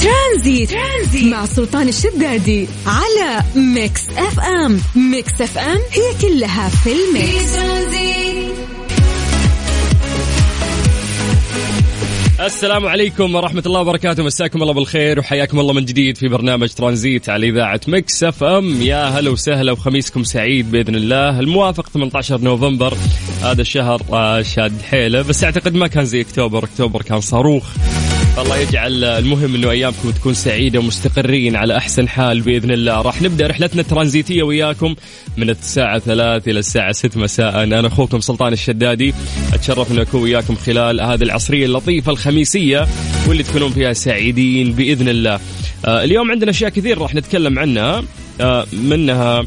ترانزيت مع سلطان الشدادي على ميكس اف ام. ميكس اف ام هي كلها في الميكس. السلام عليكم ورحمة الله وبركاته، مساكم الله بالخير وحياكم الله من جديد في برنامج ترانزيت على إذاعة ميكس اف ام. يا هلا وسهلا وخميسكم سعيد بإذن الله. الموافق 18 نوفمبر، هذا الشهر شاد حيله، بس أعتقد ما كان زي أكتوبر كان صاروخ. الله يجعل المهم أنه أيامكم تكون سعيدة ومستقرين على أحسن حال بإذن الله. راح نبدأ رحلتنا الترانزيتية وياكم من الساعة 3 إلى الساعة 6 مساء. أنا أخوكم سلطان الشدادي، أتشرف أن أكون وياكم خلال هذه العصرية اللطيفة الخميسية واللي تكونون فيها سعيدين بإذن الله. اليوم عندنا أشياء كثير راح نتكلم عنها، منها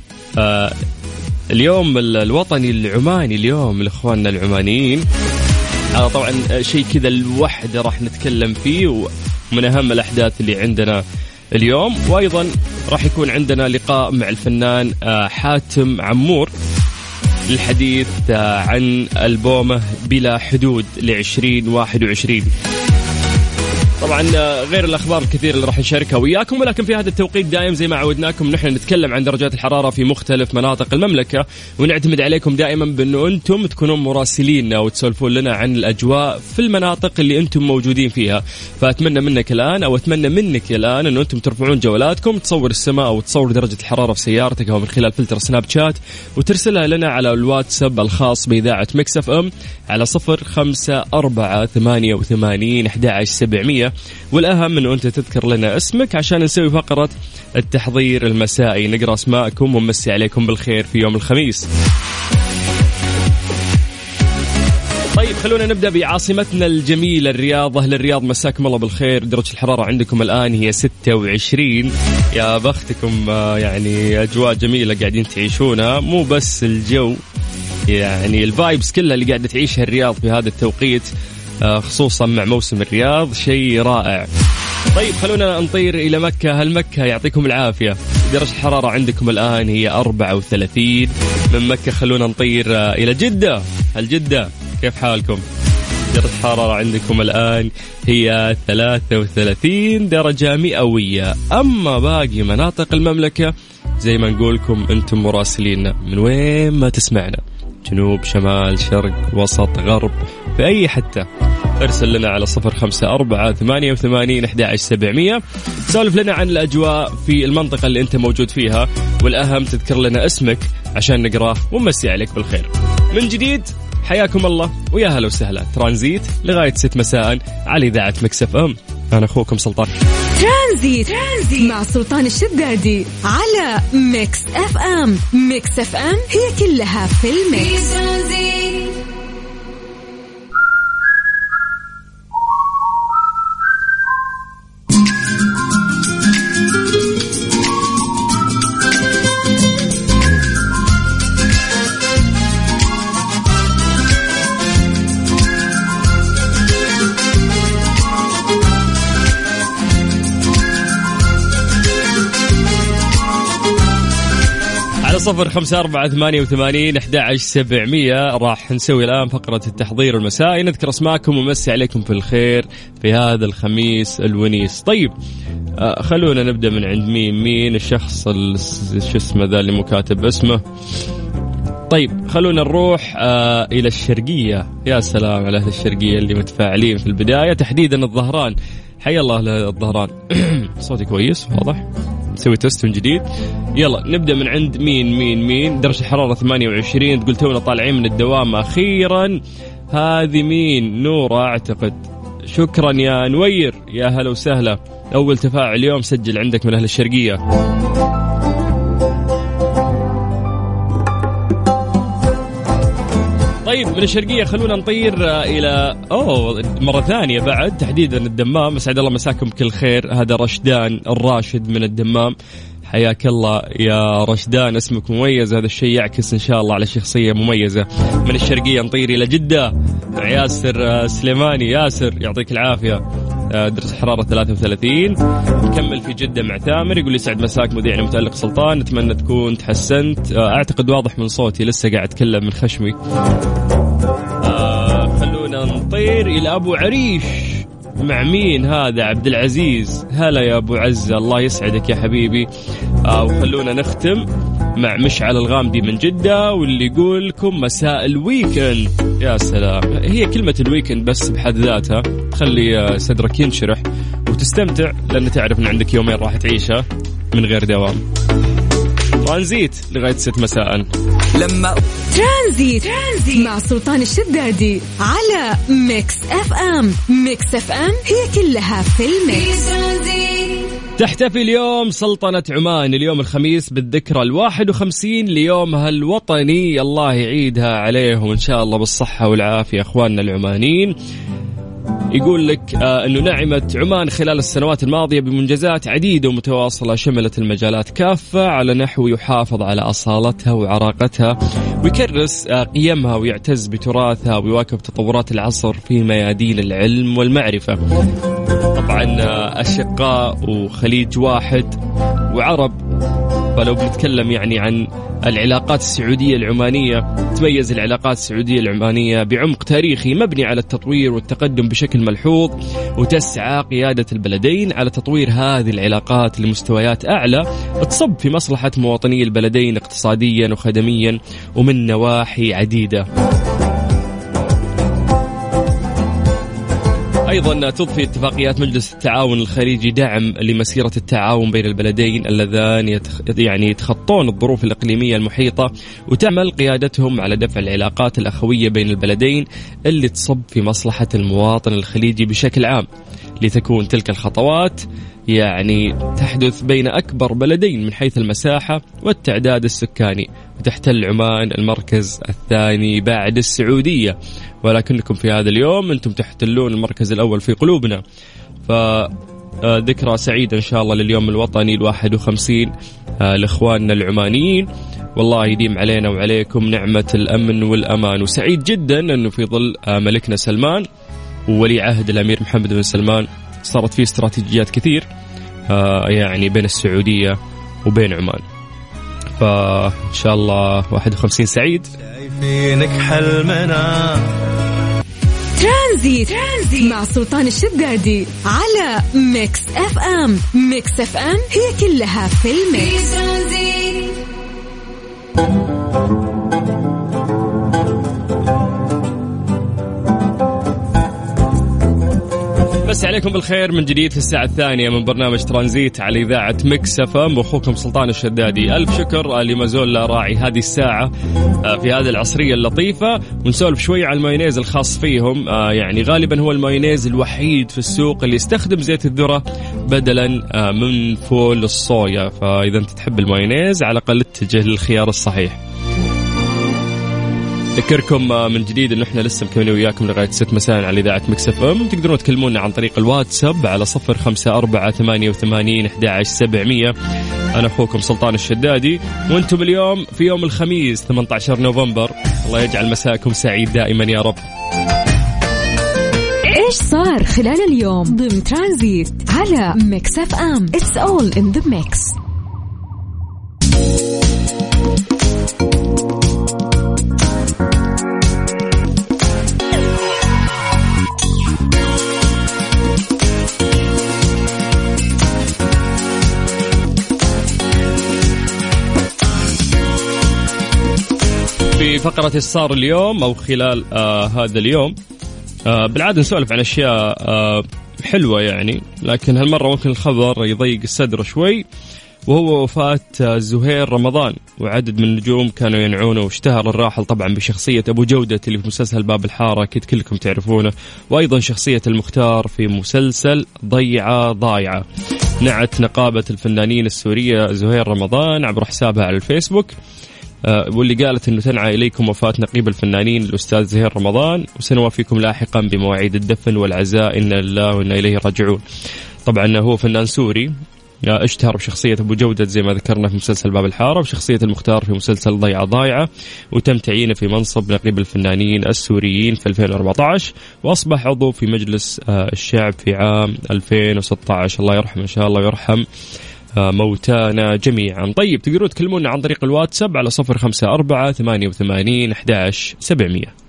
اليوم الوطني العماني، اليوم لإخواننا العمانيين. طبعا شيء كذا الوحدة راح نتكلم فيه ومن أهم الأحداث اللي عندنا اليوم. وأيضا راح يكون عندنا لقاء مع الفنان حاتم عمور للحديث عن ألبومه بلا حدود ل2021. طبعا غير الأخبار الكثيرة اللي راح نشاركها وياكم، ولكن في هذا التوقيت دائم زي ما عودناكم نحن نتكلم عن درجات الحرارة في مختلف مناطق المملكة، ونعتمد عليكم دائما بأنه أنتم تكونون مراسليننا وتسولفون لنا عن الأجواء في المناطق اللي أنتم موجودين فيها. فأتمنى منك الآن أو أتمنى منك الآن أنه أنتم ترفعون جوالاتكم، تصور السماء أو تصور درجة الحرارة في سيارتك أو من خلال فلتر سناب شات، وترسلها لنا على الواتساب الخاص بإذاعة ميكس اف ام على 0548811700. والأهم أنه أنت تذكر لنا اسمك عشان نسوي فقرة التحضير المسائي، نقرأ اسماءكم ونمسي عليكم بالخير في يوم الخميس. طيب خلونا نبدأ بعاصمتنا الجميلة الرياض. أهل الرياض مساكم الله بالخير، درجة الحرارة عندكم الآن هي 26. يا بختكم، يعني أجواء جميلة قاعدين تعيشونها، مو بس الجو، يعني الفايبس كلها اللي قاعدة تعيشها الرياض في هذا التوقيت، خصوصا مع موسم الرياض، شيء رائع. طيب خلونا نطير إلى مكة. هل مكة يعطيكم العافية، درجة الحرارة عندكم الآن هي 34. من مكة خلونا نطير إلى جدة. هل جدة كيف حالكم؟ درجة الحرارة عندكم الآن هي 33 درجة مئوية. أما باقي مناطق المملكة زي ما نقولكم أنتم مراسليننا من وين ما تسمعنا، جنوب شمال شرق وسط غرب، في أي حتة ارسل لنا على 0548811700. سولف لنا عن الأجواء في المنطقة اللي أنت موجود فيها، والأهم تذكر لنا اسمك عشان نقراه ونمسي عليك بالخير. من جديد حياكم الله ويا هلا وسهلا. ترانزيت لغاية 6 مساء على إذاعة ميكس اف ام. أنا أخوكم سلطان. ترانزيت مع سلطان الشدادي على ميكس اف ام. ميكس اف ام هي كلها في الميكس. على 0548811700 راح نسوي الآن فقرة التحضير المسائي، نذكر اسماءكم ومسي عليكم في الخير في هذا الخميس الونيس. طيب خلونا نبدأ من عند مين الشخص شو اسمه ذا اللي مكاتب اسمه. طيب خلونا نروح إلى الشرقية. يا سلام على أهل الشرقية اللي متفاعلين في البداية، تحديدا الظهران. حيا الله الظهران. صوتي كويس واضح؟ نسوي تست من جديد. يلا نبدأ من عند مين درجة الحرارة 28. تقول تونا طالعين من الدوام أخيرا. هذه مين؟ نورة أعتقد. شكرا يا نوير، يا هلا وسهلا. أول تفاعل اليوم سجل عندك من أهل الشرقية. طيب من الشرقية خلونا نطير إلى مرة ثانية بعد، تحديدا الدمام. أسعد الله مساكم كل خير. هذا رشدان الراشد من الدمام، حياك الله يا رشدان، اسمك مميز، هذا الشيء يعكس إن شاء الله على شخصية مميزة. من الشرقية نطير إلى جدة. ياسر سليماني، ياسر يعطيك العافية، درجة حرارة 33. نكمل في جدة مع ثامر، يقول لي سعد مساك مذيعنا متألق سلطان، نتمنى تكون تحسنت. أعتقد واضح من صوتي، لسه قاعد أتكلم من خشمي. خلونا نطير إلى أبو عريش. مع مين هذا؟ عبد العزيز. هلا يا أبو عزة، الله يسعدك يا حبيبي. وخلونا نختم مع مشعل الغامدي من جدة، واللي يقول لكم مساء الويكند. يا سلام، هي كلمة الويكند بس بحد ذاتها تخلي صدرك ينشرح وتستمتع، لأن تعرف أن عندك يومين راح تعيشها من غير دوام. ترانزيت لغاية 6 مساء. لما ترانزيت مع سلطان الشدادي على ميكس اف ام. ميكس اف ام هي كلها في الميكس. تحتفي اليوم سلطنة عمان اليوم الخميس بالذكرى 51 ليومها الوطني. الله يعيدها عليهم إن شاء الله بالصحة والعافية أخواننا العمانيين. يقول لك أنه نعمت عمان خلال السنوات الماضية بمنجزات عديدة ومتواصلة شملت المجالات كافة على نحو يحافظ على أصالتها وعراقتها ويكرس قيمها ويعتز بتراثها ويواكب تطورات العصر في ميادين العلم والمعرفة. طبعا أشقاء وخليج واحد وعرب، فلو بنتكلم يعني عن العلاقات السعودية العمانية، تميز العلاقات السعودية العمانية بعمق تاريخي مبني على التطوير والتقدم بشكل ملحوظ، وتسعى قيادة البلدين على تطوير هذه العلاقات لمستويات أعلى تصب في مصلحة مواطني البلدين اقتصاديا وخدميا ومن نواحي عديدة. أيضا تضفي اتفاقيات مجلس التعاون الخليجي دعم لمسيرة التعاون بين البلدين اللذان يتخطون الظروف الإقليمية المحيطة، وتعمل قيادتهم على دفع العلاقات الأخوية بين البلدين اللي تصب في مصلحة المواطن الخليجي بشكل عام، لتكون تلك الخطوات يعني تحدث بين أكبر بلدين من حيث المساحة والتعداد السكاني، وتحتل عمان المركز الثاني بعد السعودية، ولكنكم في هذا اليوم أنتم تحتلون المركز الأول في قلوبنا. فذكرى سعيدة إن شاء الله لليوم الوطني 51 لإخواننا العمانيين، والله يديم علينا وعليكم نعمة الأمن والأمان. وسعيد جدا أنه في ظل ملكنا سلمان وولي عهد الأمير محمد بن سلمان صارت فيه استراتيجيات كثير يعني بين السعودية وبين عمان، فإن شاء الله 51 سعيد. شايفينك حلمنا ترانزيت مع سلطان الشدادي على ميكس اف ام. ميكس اف ام هي كلها في الميكس. بس عليكم بالخير من جديد في الساعة الثانية من برنامج ترانزيت على إذاعة ميكس اف ام، وأخوكم سلطان الشدادي. ألف شكر لما زول راعي هذه الساعة في هذه العصرية اللطيفة، ونسولف شوي عن المايونيز الخاص فيهم. يعني غالبا هو المايونيز الوحيد في السوق اللي يستخدم زيت الذرة بدلا من فول الصويا، فإذا أنت تحب المايونيز على الأقل اتجه للخيار الصحيح. أذكركم من جديد أنه إحنا لسه مكملين وياكم لغاية 6 مساء على إذاعة ميكس اف ام. تقدرون تكلمونا عن طريق الواتساب على 0548811700. أنا أخوكم سلطان الشدادي، وأنتم اليوم في يوم الخميس 18 نوفمبر. الله يجعل مساءكم سعيد دائما يا رب. إيش صار خلال اليوم ضمن ترانزيت على ميكس اف ام. It's all in the mix. في فقرة الصار اليوم أو خلال هذا اليوم بالعادة نسولف عن أشياء حلوة يعني، لكن هالمرة ممكن الخبر يضيق الصدر شوي، وهو وفاة زهير رمضان. وعدد من النجوم كانوا ينعونه، واشتهر الراحل طبعا بشخصية أبو جودة اللي في مسلسل باب الحارة، أكيد كلكم تعرفونه، وأيضا شخصية المختار في مسلسل ضايعة. نعت نقابة الفنانين السورية زهير رمضان عبر حسابها على الفيسبوك، واللي قالت أنه تنعى إليكم وفاة نقيب الفنانين الأستاذ زهير رمضان، وسنوافيكم لاحقا بمواعيد الدفن والعزاء، إنا لله وإنا إليه راجعون. طبعا هو فنان سوري اشتهر بشخصية أبو جودة زي ما ذكرنا في مسلسل باب الحارة، وشخصية المختار في مسلسل ضايعة، وتم تعيينه في منصب نقيب الفنانين السوريين في 2014، وأصبح عضو في مجلس الشعب في عام 2016. الله يرحمه إن شاء الله ويرحم موتانا جميعا. طيب تقدرون تكلمونا عن طريق الواتساب على 0548811700.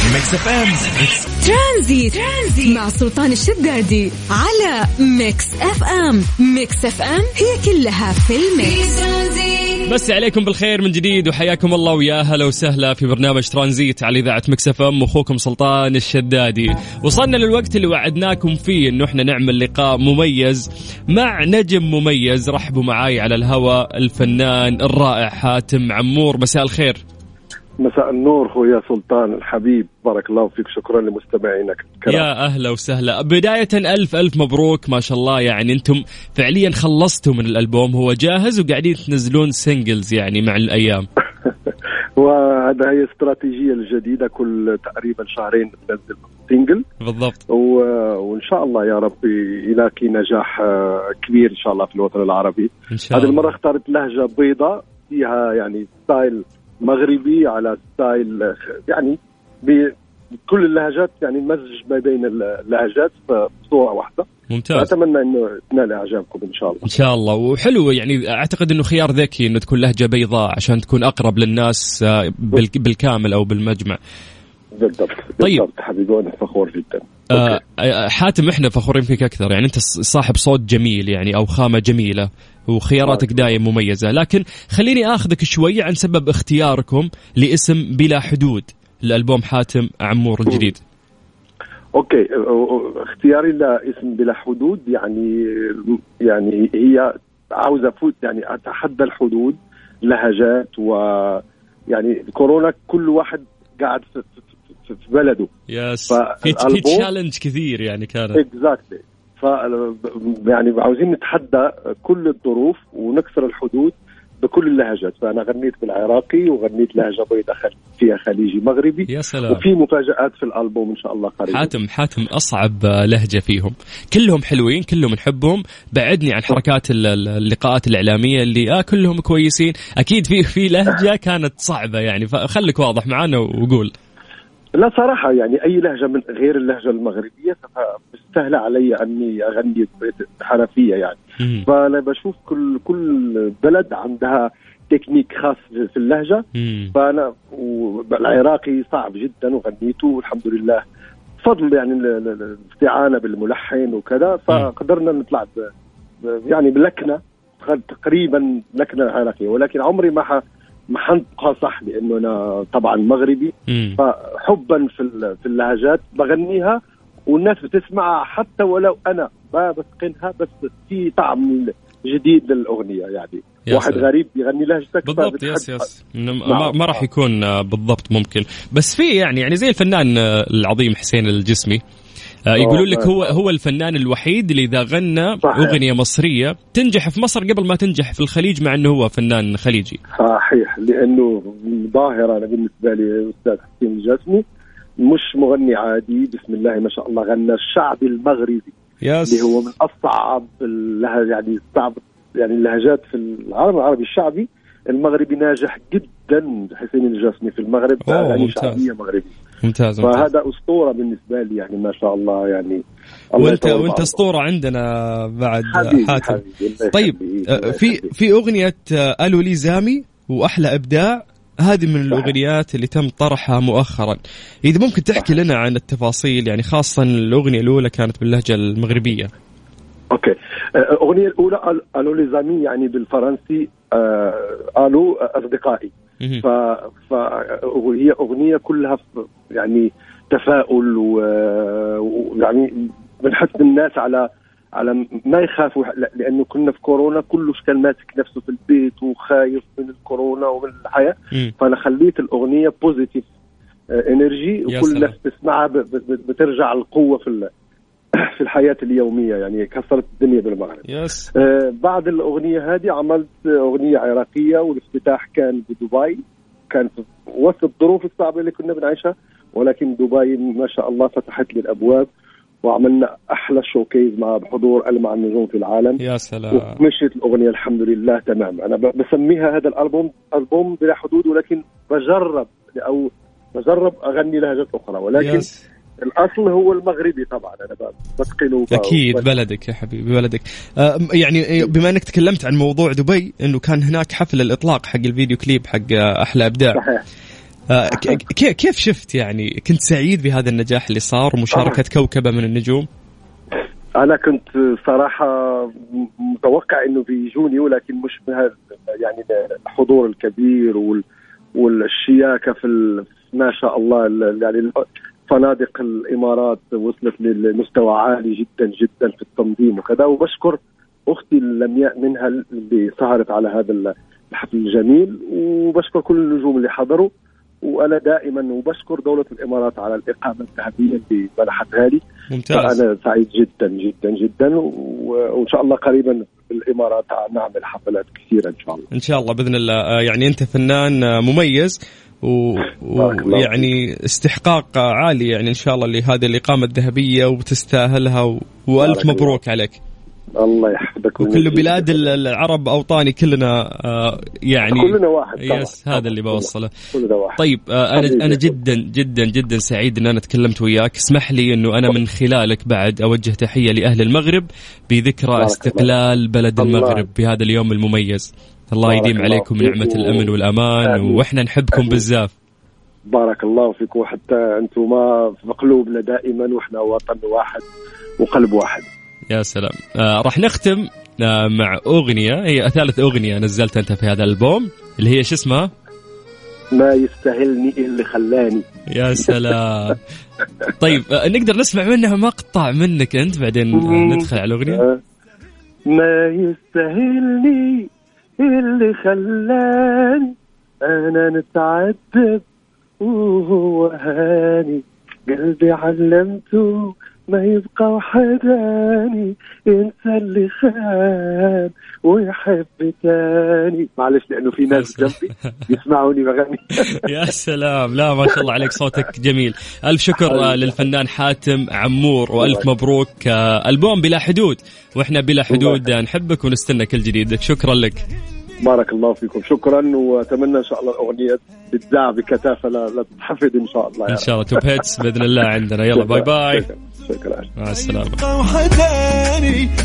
ميكس اف ام. ترانزيت مع سلطان الشدادي على ميكس اف ام. ميكس اف ام هي كلها في الميكس. بس عليكم بالخير من جديد وحياكم الله ويا هلا وسهلا في برنامج ترانزيت على إذاعة ميكس اف ام، واخوكم سلطان الشدادي. وصلنا للوقت اللي وعدناكم فيه انه احنا نعمل لقاء مميز مع نجم مميز. رحبوا معاي على الهواء الفنان الرائع حاتم عمور. مساء الخير. مساء النور خويا سلطان الحبيب، بارك الله فيك، شكرا لمستمعينك الكرام. يا أهلا وسهلا. بداية ألف مبروك، ما شاء الله، يعني أنتم فعليا خلصتوا من الألبوم، هو جاهز وقاعدين تنزلون سينجلز يعني مع الأيام. وهذا هي استراتيجية الجديدة، كل تقريبا شهرين ننزل سينجل بالضبط، وإن شاء الله يا ربي يلاقي نجاح كبير إن شاء الله في الوطن العربي. هذه المرة اختارت لهجة بيضاء فيها يعني ستايل مغربي على ستايل يعني بكل اللهجات، يعني مزج ما بين اللهجات في صورة واحدة. ممتاز. أتمنى إنه تنال إعجابكم إن شاء الله. إن شاء الله. وحلو يعني، أعتقد إنه خيار ذكي إنه تكون لهجة بيضاء عشان تكون أقرب للناس بالكامل أو بالمجمع. بالضبط. طيب بالضبط حبيبي، أنا فخور جدا. حاتم إحنا فخورين فيك أكثر، يعني أنت صاحب صوت جميل يعني، أو خامة جميلة، وخياراتك دايم مميزة. لكن خليني أخذك شوي عن سبب اختياركم لاسم بلا حدود لألبوم حاتم عمور الجديد. اوكي، اختياري لاسم بلا حدود يعني هي عاوزة فوت يعني أتحدى الحدود، لهجات، ويعني كورونا كل واحد قاعد في بلده. يس، في تشالنج كثير يعني كانت. اكزاكتلي. يعني عاوزين نتحدى كل الظروف ونكسر الحدود بكل اللهجات. فأنا غنيت بالعراقي وغنيت لهجة بيضاء فيها خليجي مغربي. يا سلام. وفي مفاجآت في الألبوم إن شاء الله قريبا. حاتم أصعب لهجة فيهم، كلهم حلوين، كلهم نحبهم. بعدني عن حركات اللقاءات الإعلامية اللي كلهم كويسين. أكيد في لهجة كانت صعبة يعني، فخليك واضح معنا وقول. لا صراحة يعني أي لهجة من غير اللهجة المغربية فمستهلة علي أني أغني حرفية يعني. فأنا بشوف كل بلد عندها تكنيك خاص في اللهجة. فأنا العراقي صعب جدا وغنيته والحمد لله، فضل يعني الاستعانة بالملحن وكذا، فقدرنا نطلع يعني بلكنة تقريبا لكنة عراقية، ولكن عمري ما حنطقها صح لأنه أنا طبعا مغربي. فحبا في اللهجات بغنيها والناس بتسمعها حتى ولو أنا ما بتقنها، بس في طعم جديد للأغنية يعني. واحد غريب يغني لهجتك بالضبط. يس ما راح يكون بالضبط ممكن، بس في يعني زي الفنان العظيم حسين الجسمي، يقولون لك هو الفنان الوحيد اللي إذا غنى أغنية مصرية تنجح في مصر قبل ما تنجح في الخليج، مع أنه هو فنان خليجي. صحيح، لأنه ظاهرة. أنا بالنسبة لي أستاذ حسين الجسمي مش مغني عادي، بسم الله ما شاء الله، غنى الشعبي المغربي اللي هو من أصعب اللهجات يعني، صعب يعني اللهجات في العالم العربي. الشعبي المغربي ناجح جدا حسين الجسمي في المغرب، يعني شعبية مغربي. ممتاز. فهذا أسطورة بالنسبة لي يعني، ما شاء الله يعني. وانت أسطورة عندنا بعد حاتم. طيب في أغنية ألو لي زامي وأحلى إبداع، هذه من الأغنيات اللي تم طرحها مؤخرا. إذا ممكن تحكي لنا عن التفاصيل يعني، خاصة الأغنية الأولى كانت باللهجة المغربية. أوكي، الأغنية الأولى ألو لي زامي يعني بالفرنسي ألو أصدقائي. فهي أغنية كلها يعني تفاؤل، ويعني بنحث الناس على ما يخافوا، لأنه كنا في كورونا كلش كان ماسك نفسه في البيت وخايف من الكورونا ومن الحياة. فأنا خليت الأغنية بوزيتيف انرجي، وكل الناس تسمعها بترجع القوة في الحياة اليومية يعني. كسرت الدنيا بالمغرب. بعد الأغنية هذه عملت أغنية عراقية، والافتتاح كان بدبي، كان في وسط الظروف الصعبة اللي كنا بنعيشها، ولكن دبي ما شاء الله فتحت لي الأبواب، وعملنا أحلى شوكيز مع بحضور ألمع النجوم في العالم. يا سلام. ومشيت الأغنية الحمد لله تمام. أنا بسميها هذا ألبوم بلا حدود، ولكن بجرب أغني لهجات أخرى، ولكن الأصل هو المغربي طبعا. أنا بتقنه أكيد بلدك يا حبيبي، بلدك. يعني بما أنك تكلمت عن موضوع دبي، أنه كان هناك حفل الإطلاق حق الفيديو كليب حق أحلى إبداع. صحيح. كيف شفت يعني، كنت سعيد بهذا النجاح اللي صار ومشاركة كوكبة من النجوم؟ أنا كنت صراحة متوقع إنه بيجوني، ولكن مش بهذا يعني الحضور الكبير والشياكة ما شاء الله. يعني فنادق الإمارات وصلت لمستوى عالي جدا جدا في التنظيم وكذا. وبشكر أختي لمياء منها اللي سهرت على هذا الحفل الجميل، وبشكر كل النجوم اللي حضروا. وأنا دائما وبشكر دولة الإمارات على الإقامة الذهبية اللي منحتها لي. ممتاز. فأنا سعيد جدا جدا جدا، وإن شاء الله قريبا في الإمارات نعمل حفلات كثيرة إن شاء الله. إن شاء الله بإذن الله. يعني أنت فنان مميز ويعني استحقاق عالي يعني إن شاء الله لهذه الإقامة الذهبية، وتستاهلها وألف مبروك عليك. الله يحفظك. وكل بلاد العرب أوطاني كلنا يعني كلنا واحد. يس هذا اللي بوصله. كلنا واحد. طيب أنا جدا جدا جدا سعيد أن أنا تكلمت وياك. اسمح لي أنه أنا من خلالك بعد أوجه تحية لأهل المغرب بذكرى استقلال بلد المغرب بهذا اليوم المميز. الله يديم عليكم نعمة الأمن والأمان، وإحنا نحبكم بزاف. بارك الله فيكم، وحتى أنتم ما في قلوبنا دائما، وإحنا وطن واحد وقلب واحد. يا سلام. راح نختم مع أغنية، هي ثالث أغنية نزلتها أنت في هذا الألبوم، اللي هي شو اسمها؟ ما يستاهلني اللي خلاني. يا سلام. طيب نقدر نسمع منها مقطع منك أنت بعدين ندخل على الأغنية؟ ما يستاهلني اللي خلاني أنا نتعذب وهو هاني، قلبي علمته ما يبقى وحداني، ينسى اللي خان ويحب تاني. معلش لأنه في ناس جنبي يسمعوني بغني. يا سلام. لا ما شاء الله عليك، صوتك جميل. ألف شكر للفنان حاتم عمور، وألف مبروك ألبوم بلا حدود، وإحنا بلا حدود نحبك ونستنى كل جديدك. شكرا لك. بارك الله فيكم، شكرا. وأتمنى إن شاء الله الأغنية تتذاع بكثافة لا تتحفظ إن شاء الله. إن شاء الله توب هيتس بإذن الله عندنا. يلا باي باي. شكرا. مع السلامة.